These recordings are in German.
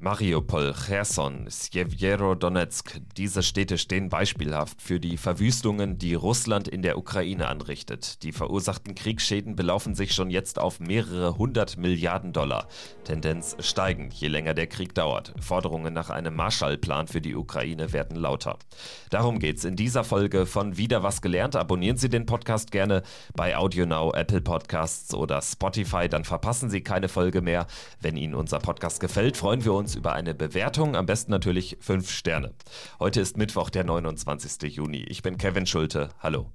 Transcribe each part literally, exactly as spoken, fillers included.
Mariupol, Cherson, Sjewjerodonezk, diese Städte stehen beispielhaft für die Verwüstungen, die Russland in der Ukraine anrichtet. Die verursachten Kriegsschäden belaufen sich schon jetzt auf mehrere hundert Milliarden Dollar. Tendenz steigend, je länger der Krieg dauert. Forderungen nach einem Marshallplan für die Ukraine werden lauter. Darum geht's in dieser Folge von Wieder was gelernt. Abonnieren Sie den Podcast gerne bei AudioNow, Apple Podcasts oder Spotify, dann verpassen Sie keine Folge mehr. Wenn Ihnen unser Podcast gefällt, freuen wir uns über eine Bewertung, am besten natürlich fünf Sterne. Heute ist Mittwoch, der neunundzwanzigsten Juni. Ich bin Kevin Schulte. Hallo.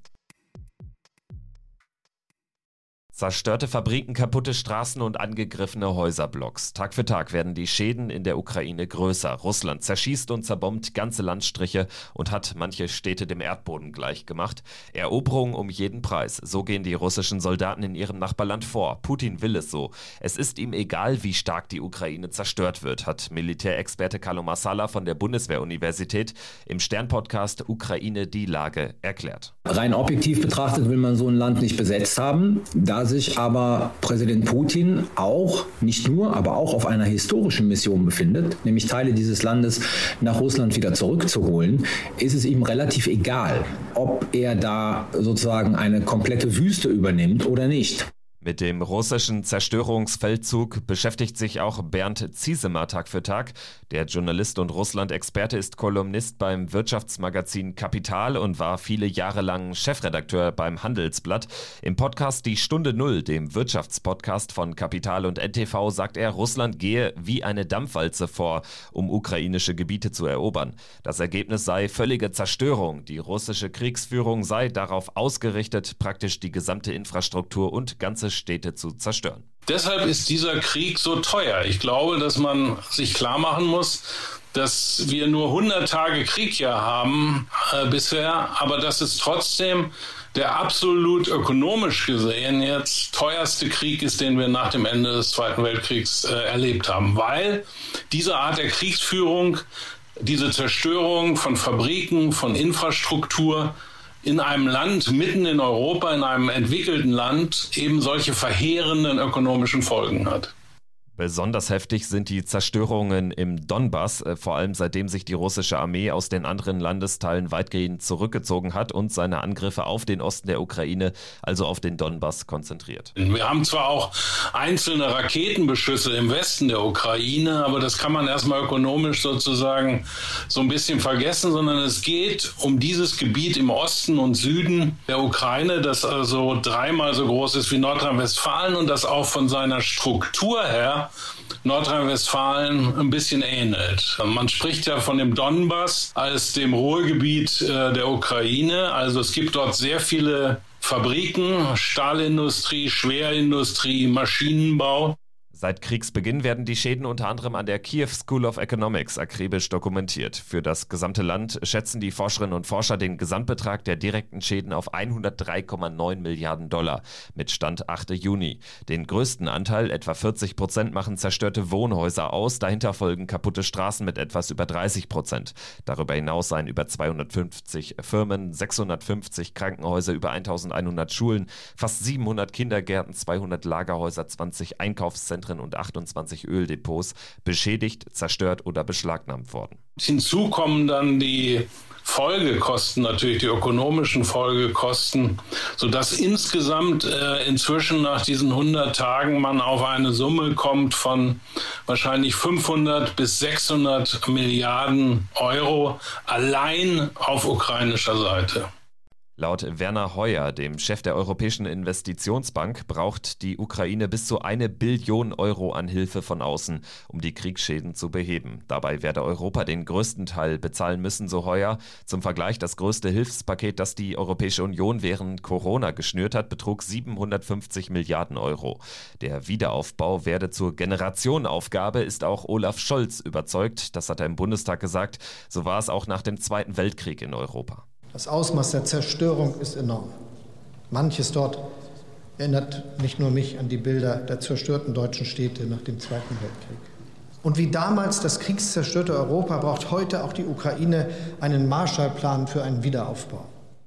Zerstörte Fabriken, kaputte Straßen und angegriffene Häuserblocks. Tag für Tag werden die Schäden in der Ukraine größer. Russland zerschießt und zerbombt ganze Landstriche und hat manche Städte dem Erdboden gleichgemacht. Eroberung um jeden Preis. So gehen die russischen Soldaten in ihrem Nachbarland vor. Putin will es so. Es ist ihm egal, wie stark die Ukraine zerstört wird, hat Militärexperte Carlo Massala von der Bundeswehr-Universität im Stern-Podcast Ukraine die Lage erklärt. Rein objektiv betrachtet will man so ein Land nicht besetzt haben. Da sich aber Präsident Putin auch, nicht nur, aber auch auf einer historischen Mission befindet, nämlich Teile dieses Landes nach Russland wieder zurückzuholen, ist es ihm relativ egal, ob er da sozusagen eine komplette Wüste übernimmt oder nicht. Mit dem russischen Zerstörungsfeldzug beschäftigt sich auch Bernd Ziesemer Tag für Tag. Der Journalist und Russland-Experte ist Kolumnist beim Wirtschaftsmagazin Kapital und war viele Jahre lang Chefredakteur beim Handelsblatt. Im Podcast Die Stunde Null, dem Wirtschaftspodcast von Kapital und N T V, sagt er, Russland gehe wie eine Dampfwalze vor, um ukrainische Gebiete zu erobern. Das Ergebnis sei völlige Zerstörung. Die russische Kriegsführung sei darauf ausgerichtet, praktisch die gesamte Infrastruktur und ganze Städte zu zerstören. Deshalb ist dieser Krieg so teuer. Ich glaube, dass man sich klar machen muss, dass wir nur hundert Tage Krieg ja haben äh, bisher, aber dass es trotzdem der absolut ökonomisch gesehen jetzt teuerste Krieg ist, den wir nach dem Ende des Zweiten Weltkriegs äh, erlebt haben, weil diese Art der Kriegsführung, diese Zerstörung von Fabriken, von Infrastruktur in einem Land mitten in Europa, in einem entwickelten Land, eben solche verheerenden ökonomischen Folgen hat. Besonders heftig sind die Zerstörungen im Donbass, vor allem seitdem sich die russische Armee aus den anderen Landesteilen weitgehend zurückgezogen hat und seine Angriffe auf den Osten der Ukraine, also auf den Donbass, konzentriert. Wir haben zwar auch einzelne Raketenbeschüsse im Westen der Ukraine, aber das kann man erstmal ökonomisch sozusagen so ein bisschen vergessen, sondern es geht um dieses Gebiet im Osten und Süden der Ukraine, das also dreimal so groß ist wie Nordrhein-Westfalen und das auch von seiner Struktur her Nordrhein-Westfalen ein bisschen ähnelt. Man spricht ja von dem Donbass als dem Ruhrgebiet äh, der Ukraine. Also es gibt dort sehr viele Fabriken, Stahlindustrie, Schwerindustrie, Maschinenbau. Seit Kriegsbeginn werden die Schäden unter anderem an der Kiew School of Economics akribisch dokumentiert. Für das gesamte Land schätzen die Forscherinnen und Forscher den Gesamtbetrag der direkten Schäden auf hundertdrei Komma neun Milliarden Dollar mit Stand achten Juni. Den größten Anteil, etwa vierzig Prozent, machen zerstörte Wohnhäuser aus. Dahinter folgen kaputte Straßen mit etwas über dreißig Prozent. Darüber hinaus seien über zweihundertfünfzig Firmen, sechshundertfünfzig Krankenhäuser, über eintausendeinhundert Schulen, fast siebenhundert Kindergärten, zweihundert Lagerhäuser, zwanzig Einkaufszentren und achtundzwanzig Öldepots beschädigt, zerstört oder beschlagnahmt worden. Hinzu kommen dann die Folgekosten, natürlich die ökonomischen Folgekosten, sodass insgesamt äh, inzwischen nach diesen hundert Tagen man auf eine Summe kommt von wahrscheinlich fünfhundert bis sechshundert Milliarden Euro allein auf ukrainischer Seite. Laut Werner Hoyer, dem Chef der Europäischen Investitionsbank, braucht die Ukraine bis zu eine Billion Euro an Hilfe von außen, um die Kriegsschäden zu beheben. Dabei werde Europa den größten Teil bezahlen müssen, so Hoyer. Zum Vergleich, das größte Hilfspaket, das die Europäische Union während Corona geschnürt hat, betrug siebenhundertfünfzig Milliarden Euro. Der Wiederaufbau werde zur Generationenaufgabe, ist auch Olaf Scholz überzeugt. Das hat er im Bundestag gesagt. So war es auch nach dem Zweiten Weltkrieg in Europa. Das Ausmaß der Zerstörung ist enorm. Manches dort erinnert nicht nur mich an die Bilder der zerstörten deutschen Städte nach dem Zweiten Weltkrieg. Und wie damals das kriegszerstörte Europa braucht heute auch die Ukraine einen Marshallplan für einen Wiederaufbau.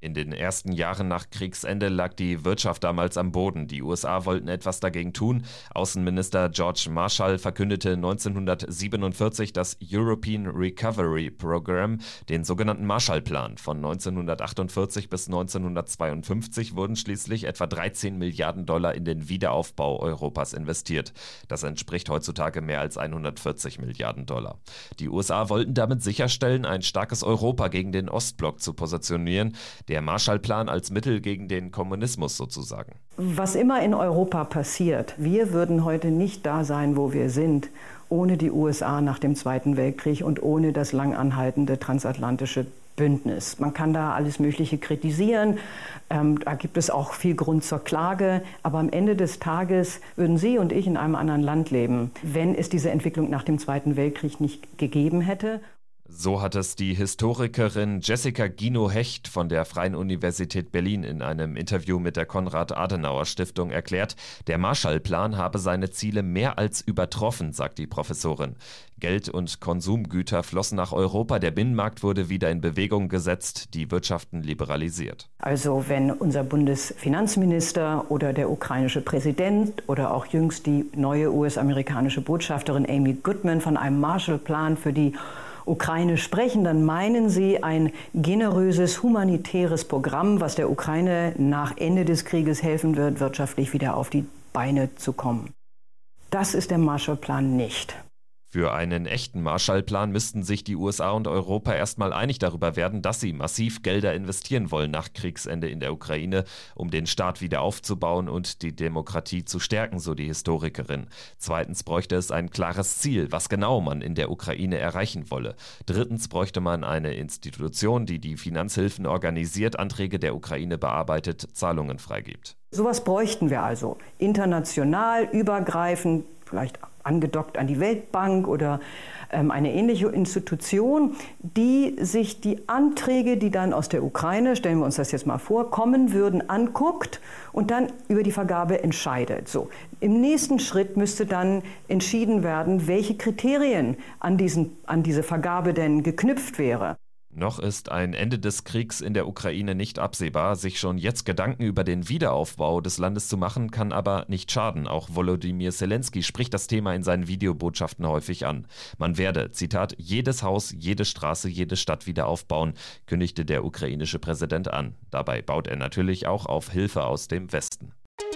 In den ersten Jahren nach Kriegsende lag die Wirtschaft damals am Boden. Die U S A wollten etwas dagegen tun. Außenminister George Marshall verkündete neunzehnhundertsiebenundvierzig das European Recovery Program, den sogenannten Marshallplan. Von neunzehnhundertachtundvierzig bis neunzehnhundertzweiundfünfzig wurden schließlich etwa dreizehn Milliarden Dollar in den Wiederaufbau Europas investiert. Das entspricht heutzutage mehr als hundertvierzig Milliarden Dollar. Die U S A wollten damit sicherstellen, ein starkes Europa gegen den Ostblock zu positionieren. Der Marshallplan als Mittel gegen den Kommunismus sozusagen. Was immer in Europa passiert, wir würden heute nicht da sein, wo wir sind, ohne die U S A nach dem Zweiten Weltkrieg und ohne das lang anhaltende transatlantische Bündnis. Man kann da alles Mögliche kritisieren, ähm, da gibt es auch viel Grund zur Klage, aber am Ende des Tages würden Sie und ich in einem anderen Land leben, wenn es diese Entwicklung nach dem Zweiten Weltkrieg nicht gegeben hätte. So hat es die Historikerin Jessica Gino-Hecht von der Freien Universität Berlin in einem Interview mit der Konrad-Adenauer-Stiftung erklärt. Der Marshallplan habe seine Ziele mehr als übertroffen, sagt die Professorin. Geld und Konsumgüter flossen nach Europa, der Binnenmarkt wurde wieder in Bewegung gesetzt, die Wirtschaften liberalisiert. Also wenn unser Bundesfinanzminister oder der ukrainische Präsident oder auch jüngst die neue U S-amerikanische Botschafterin Amy Goodman von einem Marshallplan für die Ukraine sprechen, dann meinen sie ein generöses humanitäres Programm, was der Ukraine nach Ende des Krieges helfen wird, wirtschaftlich wieder auf die Beine zu kommen. Das ist der Marshallplan nicht. Für einen echten Marshallplan müssten sich die U S A und Europa erstmal einig darüber werden, dass sie massiv Gelder investieren wollen nach Kriegsende in der Ukraine, um den Staat wieder aufzubauen und die Demokratie zu stärken, so die Historikerin. Zweitens bräuchte es ein klares Ziel, was genau man in der Ukraine erreichen wolle. Drittens bräuchte man eine Institution, die die Finanzhilfen organisiert, Anträge der Ukraine bearbeitet, Zahlungen freigibt. Sowas bräuchten wir also. International, übergreifend, vielleicht angedockt an die Weltbank oder ähm, eine ähnliche Institution, die sich die Anträge, die dann aus der Ukraine, stellen wir uns das jetzt mal vor, kommen würden, anguckt und dann über die Vergabe entscheidet. So. Im nächsten Schritt müsste dann entschieden werden, welche Kriterien an, diesen, an diese Vergabe denn geknüpft wäre. Noch ist ein Ende des Kriegs in der Ukraine nicht absehbar. Sich schon jetzt Gedanken über den Wiederaufbau des Landes zu machen, kann aber nicht schaden. Auch Volodymyr Zelensky spricht das Thema in seinen Videobotschaften häufig an. Man werde, Zitat, jedes Haus, jede Straße, jede Stadt wieder aufbauen, kündigte der ukrainische Präsident an. Dabei baut er natürlich auch auf Hilfe aus dem Westen.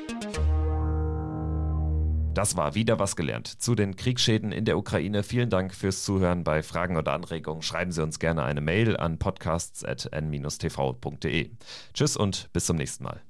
Das war wieder was gelernt zu den Kriegsschäden in der Ukraine. Vielen Dank fürs Zuhören. Bei Fragen oder Anregungen schreiben Sie uns gerne eine Mail an podcasts at n dash t v punkt d e. Tschüss und bis zum nächsten Mal.